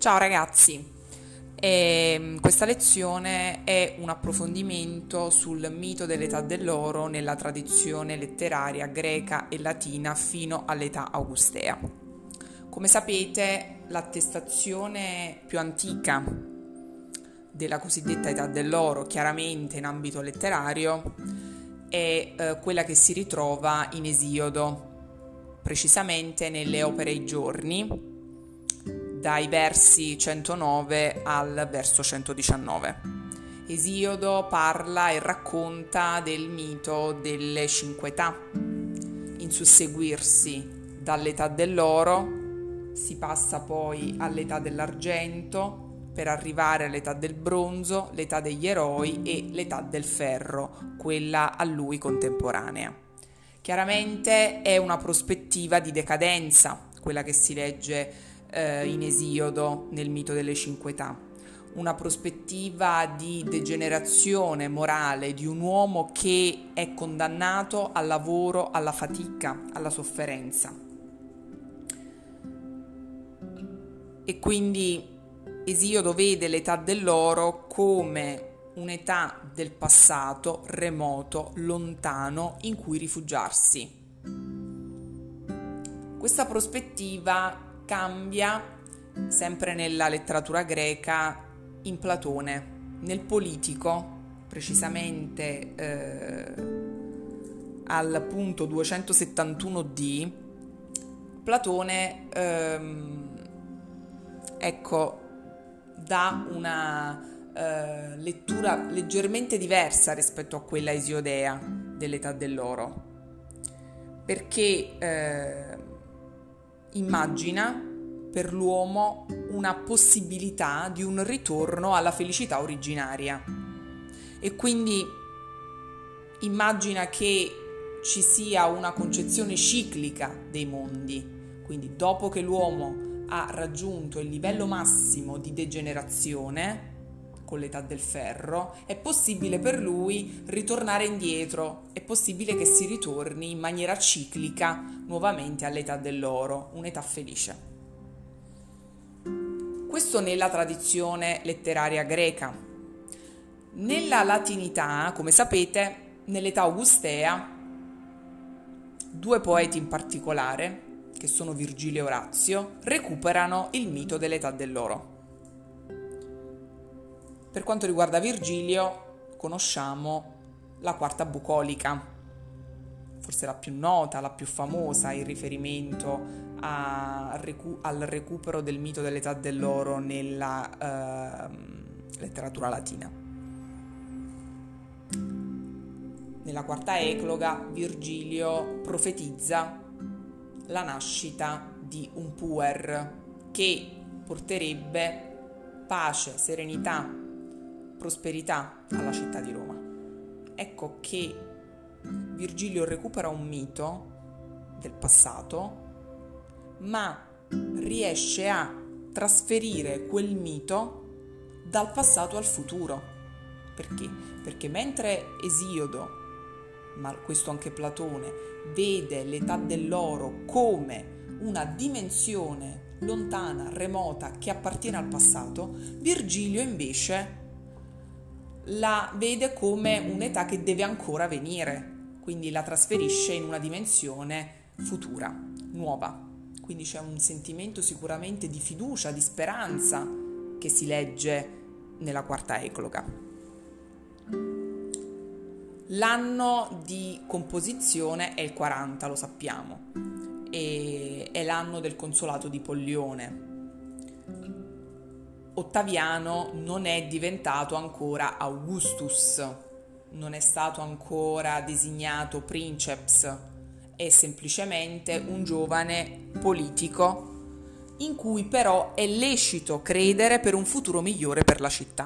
Ciao ragazzi, questa lezione è un approfondimento sul mito dell'età dell'oro nella tradizione letteraria greca e latina fino all'età augustea. Come sapete, l'attestazione più antica della cosiddetta età dell'oro, chiaramente in ambito letterario, è quella che si ritrova in Esiodo, precisamente nelle opere I Giorni, dai versi 109 al verso 119. Esiodo parla e racconta del mito delle cinque età. In susseguirsi dall'età dell'oro si passa poi all'età dell'argento per arrivare all'età del bronzo, l'età degli eroi e l'età del ferro, quella a lui contemporanea. Chiaramente è una prospettiva di decadenza, quella che si legge in Esiodo nel mito delle cinque età, una prospettiva di degenerazione morale di un uomo che è condannato al lavoro, alla fatica, alla sofferenza. E quindi Esiodo vede l'età dell'oro come un'età del passato remoto, lontano, in cui rifugiarsi. Questa prospettiva cambia sempre nella letteratura greca in Platone, nel Politico, precisamente al punto 271d. Platone dà una lettura leggermente diversa rispetto a quella esiodea dell'età dell'oro, perché immagina per l'uomo una possibilità di un ritorno alla felicità originaria e quindi immagina che ci sia una concezione ciclica dei mondi, quindi dopo che l'uomo ha raggiunto il livello massimo di degenerazione con l'età del ferro, è possibile per lui ritornare indietro, è possibile che si ritorni in maniera ciclica nuovamente all'età dell'oro, un'età felice. Questo nella tradizione letteraria greca. Nella latinità, come sapete, nell'età augustea, due poeti in particolare, che sono Virgilio e Orazio, recuperano il mito dell'età dell'oro. Per quanto riguarda Virgilio, conosciamo la quarta bucolica, forse la più nota, la più famosa in riferimento al recupero del mito dell'età dell'oro nella letteratura latina. Nella quarta ecloga Virgilio profetizza la nascita di un puer che porterebbe pace, serenità, prosperità alla città di Roma. Ecco che Virgilio recupera un mito del passato, ma riesce a trasferire quel mito dal passato al futuro. Perché? Perché mentre Esiodo, ma questo anche Platone, vede l'età dell'oro come una dimensione lontana, remota, che appartiene al passato, Virgilio invece la vede come un'età che deve ancora venire, quindi la trasferisce in una dimensione futura, nuova. Quindi c'è un sentimento sicuramente di fiducia, di speranza che si legge nella quarta ecloga. L'anno di composizione è il 40, lo sappiamo, e è l'anno del consolato di Pollione. Ottaviano non è diventato ancora Augustus, non è stato ancora designato princeps, è semplicemente un giovane politico in cui però è lecito credere per un futuro migliore per la città.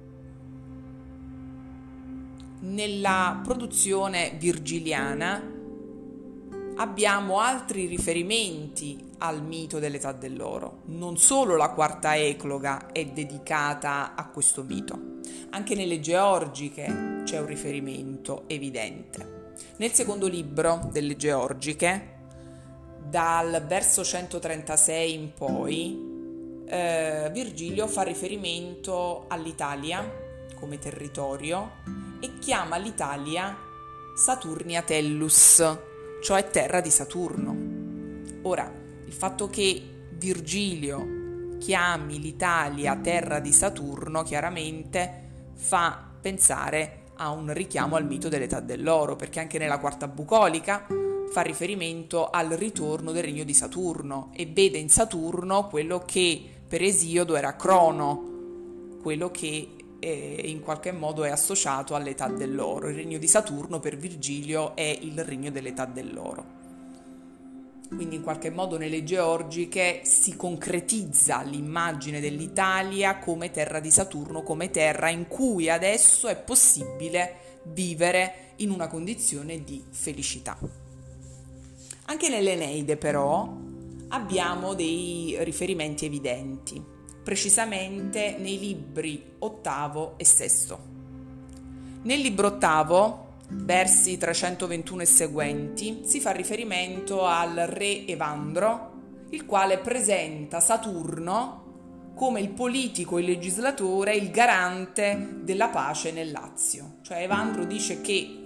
Nella produzione virgiliana abbiamo altri riferimenti al mito dell'età dell'oro. Non solo la quarta ecloga è dedicata a questo mito, anche nelle Georgiche c'è un riferimento evidente. Nel secondo libro delle Georgiche, dal verso 136 in poi, Virgilio fa riferimento all'Italia come territorio e chiama l'Italia Saturnia Tellus, cioè terra di Saturno. Ora, il fatto che Virgilio chiami l'Italia terra di Saturno chiaramente fa pensare a un richiamo al mito dell'età dell'oro, perché anche nella quarta bucolica fa riferimento al ritorno del regno di Saturno e vede in Saturno quello che per Esiodo era Crono, quello che in qualche modo è associato all'età dell'oro. Il regno di Saturno per Virgilio è il regno dell'età dell'oro. Quindi in qualche modo nelle georgiche si concretizza l'immagine dell'Italia come terra di Saturno, come terra in cui adesso è possibile vivere in una condizione di felicità. Anche nell'Eneide però abbiamo dei riferimenti evidenti, precisamente nei libri ottavo e sesto. Nel libro ottavo, versi 321 e seguenti, si fa riferimento al re Evandro, il quale presenta Saturno come il politico, il legislatore, il garante della pace nel Lazio. Cioè Evandro dice che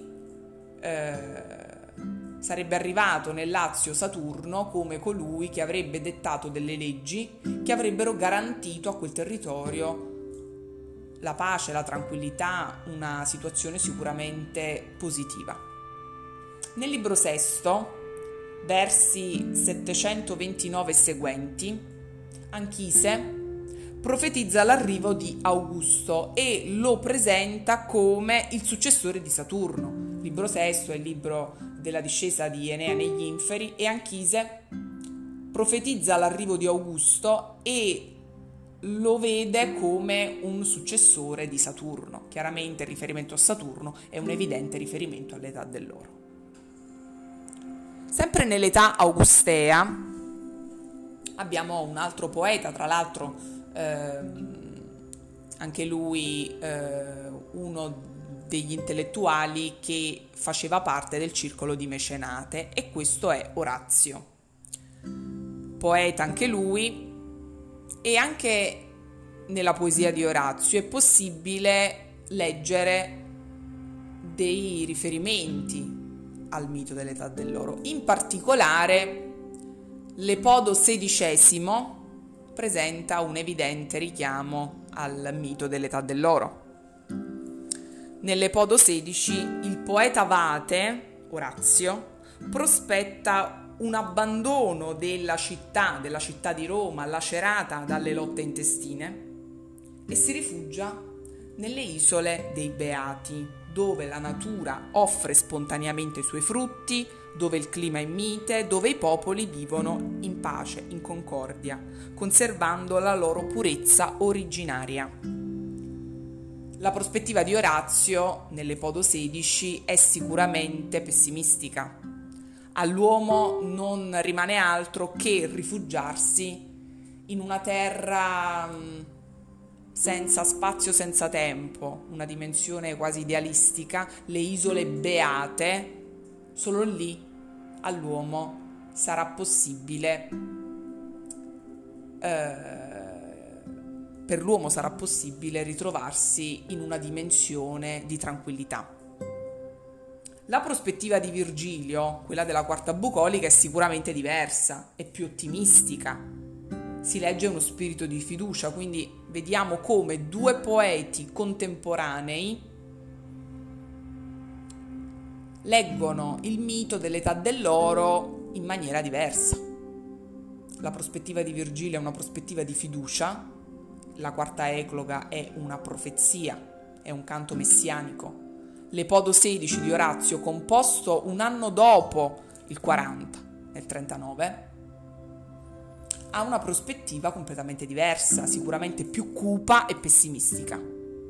sarebbe arrivato nel Lazio Saturno come colui che avrebbe dettato delle leggi che avrebbero garantito a quel territorio la pace, la tranquillità, una situazione sicuramente positiva. Nel libro sesto, versi 729 e seguenti, Anchise profetizza l'arrivo di Augusto e lo presenta come il successore di Saturno. Il libro sesto è il libro della discesa di Enea negli inferi e Anchise profetizza l'arrivo di Augusto e lo vede come un successore di Saturno. Chiaramente il riferimento a Saturno è un evidente riferimento all'età dell'oro. Sempre nell'età augustea abbiamo un altro poeta, tra l'altro anche lui uno degli intellettuali che faceva parte del circolo di Mecenate, e questo è Orazio. Poeta anche lui, e anche nella poesia di Orazio è possibile leggere dei riferimenti al mito dell'età dell'oro. In particolare l'Epodo XVI presenta un evidente richiamo al mito dell'età dell'oro. Nell'Epodo XVI il poeta Vate, Orazio, prospetta un abbandono della città di Roma lacerata dalle lotte intestine e si rifugia nelle isole dei Beati, dove la natura offre spontaneamente i suoi frutti, dove il clima è mite, dove i popoli vivono in pace, in concordia, conservando la loro purezza originaria. La prospettiva di Orazio nell'Epodo XVI è sicuramente pessimistica. All'uomo non rimane altro che rifugiarsi in una terra senza spazio, senza tempo, una dimensione quasi idealistica, le isole beate. Solo lì all'uomo sarà possibile, per l'uomo sarà possibile ritrovarsi in una dimensione di tranquillità. La prospettiva di Virgilio, quella della quarta bucolica, è sicuramente diversa, è più ottimistica. Si legge uno spirito di fiducia, quindi vediamo come due poeti contemporanei leggono il mito dell'età dell'oro in maniera diversa. La prospettiva di Virgilio è una prospettiva di fiducia, la quarta ecloga è una profezia, è un canto messianico. L'Epodo XVI di Orazio, composto un anno dopo il 40, nel 39, ha una prospettiva completamente diversa, sicuramente più cupa e pessimistica.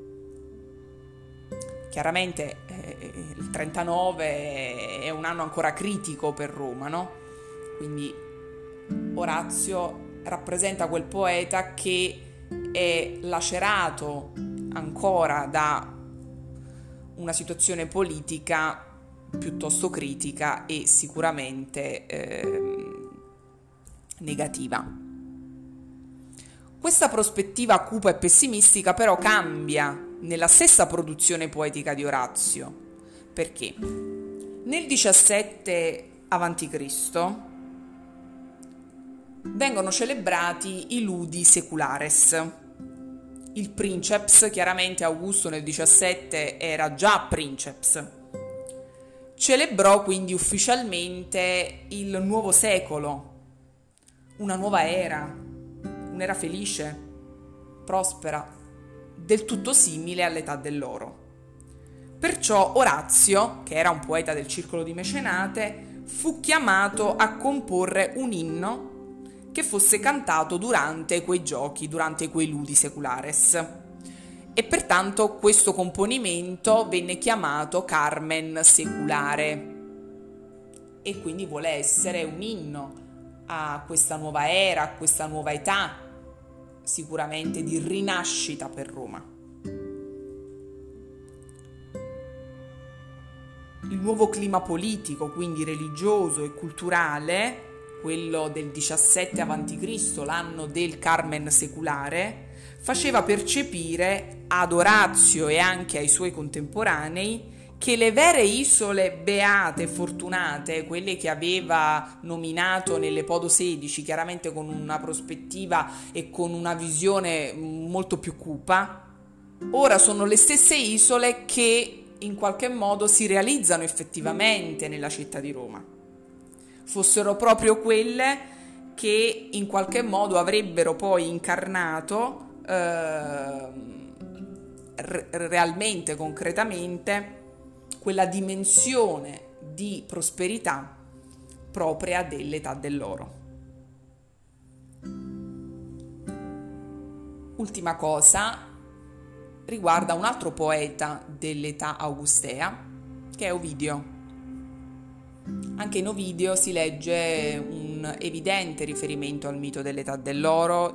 Chiaramente il 39 è un anno ancora critico per Roma, no? Quindi Orazio rappresenta quel poeta che è lacerato ancora da una situazione politica piuttosto critica e sicuramente negativa. Questa prospettiva cupa e pessimistica però cambia nella stessa produzione poetica di Orazio. Perché? Nel 17 a.C. vengono celebrati i ludi seculares. Il princeps, chiaramente Augusto nel 17 era già princeps, celebrò quindi ufficialmente il nuovo secolo, una nuova era, un'era felice, prospera, del tutto simile all'età dell'oro. Perciò Orazio, che era un poeta del circolo di Mecenate, fu chiamato a comporre un inno che fosse cantato durante quei giochi, durante quei ludi seculares. E pertanto questo componimento venne chiamato Carmen seculare e quindi vuole essere un inno a questa nuova era, a questa nuova età, sicuramente di rinascita per Roma. Il nuovo clima politico, quindi religioso e culturale, quello del 17 a.C., l'anno del Carmen seculare, faceva percepire ad Orazio e anche ai suoi contemporanei che le vere isole beate e fortunate, quelle che aveva nominato nell'Epodo 16, chiaramente con una prospettiva e con una visione molto più cupa, ora sono le stesse isole che in qualche modo si realizzano effettivamente nella città di Roma. Fossero proprio quelle che in qualche modo avrebbero poi incarnato realmente, concretamente, quella dimensione di prosperità propria dell'età dell'oro. Ultima cosa riguarda un altro poeta dell'età augustea, che è Ovidio. Anche in Ovidio si legge un evidente riferimento al mito dell'età dell'oro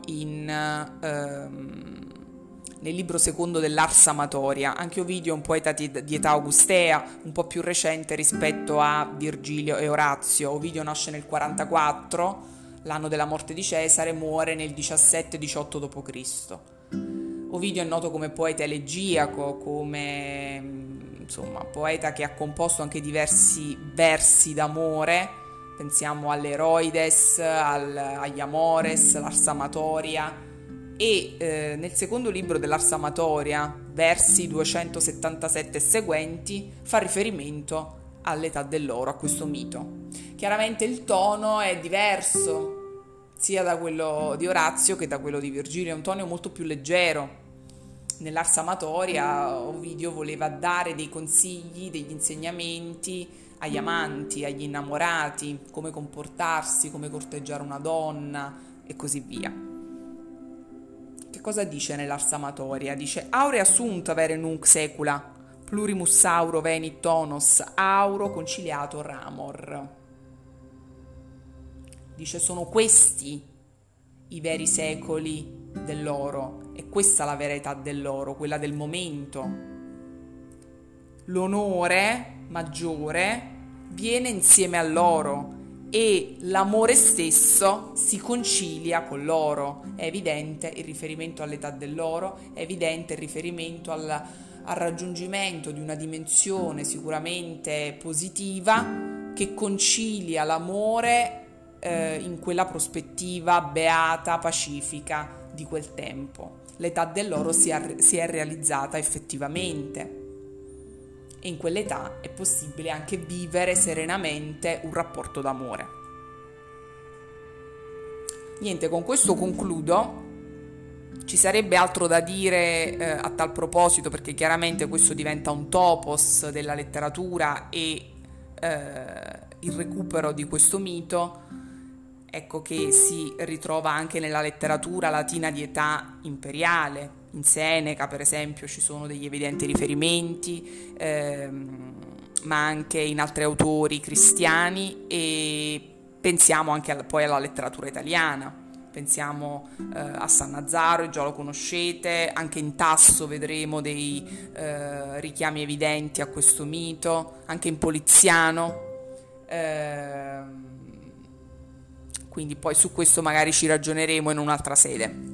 nel libro secondo dell'Ars Amatoria. Anche Ovidio è un poeta di età augustea, un po' più recente rispetto a Virgilio e Orazio. Ovidio nasce nel 44, l'anno della morte di Cesare, muore nel 17-18 d.C. Ovidio è noto come poeta elegiaco, come poeta che ha composto anche diversi versi d'amore. Pensiamo all'Eroides, agli Amores, l'Ars Amatoria. E nel secondo libro dell'Ars Amatoria, versi 277 e seguenti, fa riferimento all'età dell'oro, a questo mito. Chiaramente il tono è diverso sia da quello di Orazio che da quello di Virgilio, è un tono molto più leggero. Nell'Ars Amatoria Ovidio voleva dare dei consigli, degli insegnamenti agli amanti, agli innamorati, come comportarsi, come corteggiare una donna e così via. Che cosa dice nell'Ars Amatoria? Dice: aurea sunt avere nunc secula, plurimus auro venit tonos, auro conciliato ramor. Dice: sono questi i veri secoli dell'oro, è questa la verità dell'oro, quella del momento. L'onore maggiore viene insieme all'oro e l'amore stesso si concilia con l'oro. È evidente il riferimento all'età dell'oro, è evidente il riferimento al raggiungimento di una dimensione sicuramente positiva che concilia l'amore in quella prospettiva beata, pacifica di quel tempo. L'età dell'oro si è realizzata effettivamente e in quell'età è possibile anche vivere serenamente un rapporto d'amore. Niente, con questo concludo. Ci sarebbe altro da dire a tal proposito, perché chiaramente questo diventa un topos della letteratura e il recupero di questo mito, ecco, che si ritrova anche nella letteratura latina di età imperiale. In Seneca, per esempio, ci sono degli evidenti riferimenti, ma anche in altri autori cristiani, e pensiamo anche poi alla letteratura italiana. Pensiamo a Sannazaro, già lo conoscete, anche in Tasso vedremo dei richiami evidenti a questo mito, anche in Poliziano. Quindi poi su questo magari ci ragioneremo in un'altra sede.